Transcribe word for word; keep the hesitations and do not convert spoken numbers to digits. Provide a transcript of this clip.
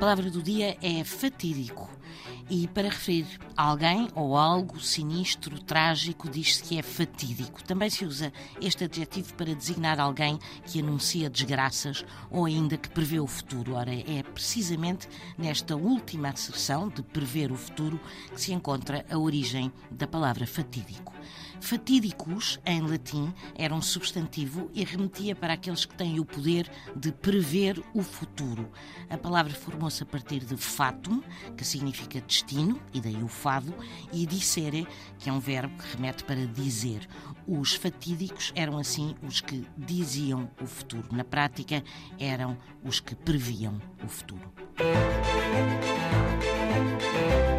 palavra do dia é fatídico. E para referir a alguém ou algo sinistro, trágico, diz-se que é fatídico. Também se usa este adjetivo para designar alguém que anuncia desgraças ou ainda que prevê o futuro. Ora, é precisamente nesta última asserção de prever o futuro que se encontra a origem da palavra fatídico. Fatídicos, em latim, era um substantivo e remetia para aqueles que têm o poder de prever o futuro. A palavra formou-se a partir de fatum, que significa destino, e daí o fado, e dicere, que é um verbo que remete para dizer. Os fatídicos eram, assim, os que diziam o futuro. Na prática, eram os que previam o futuro.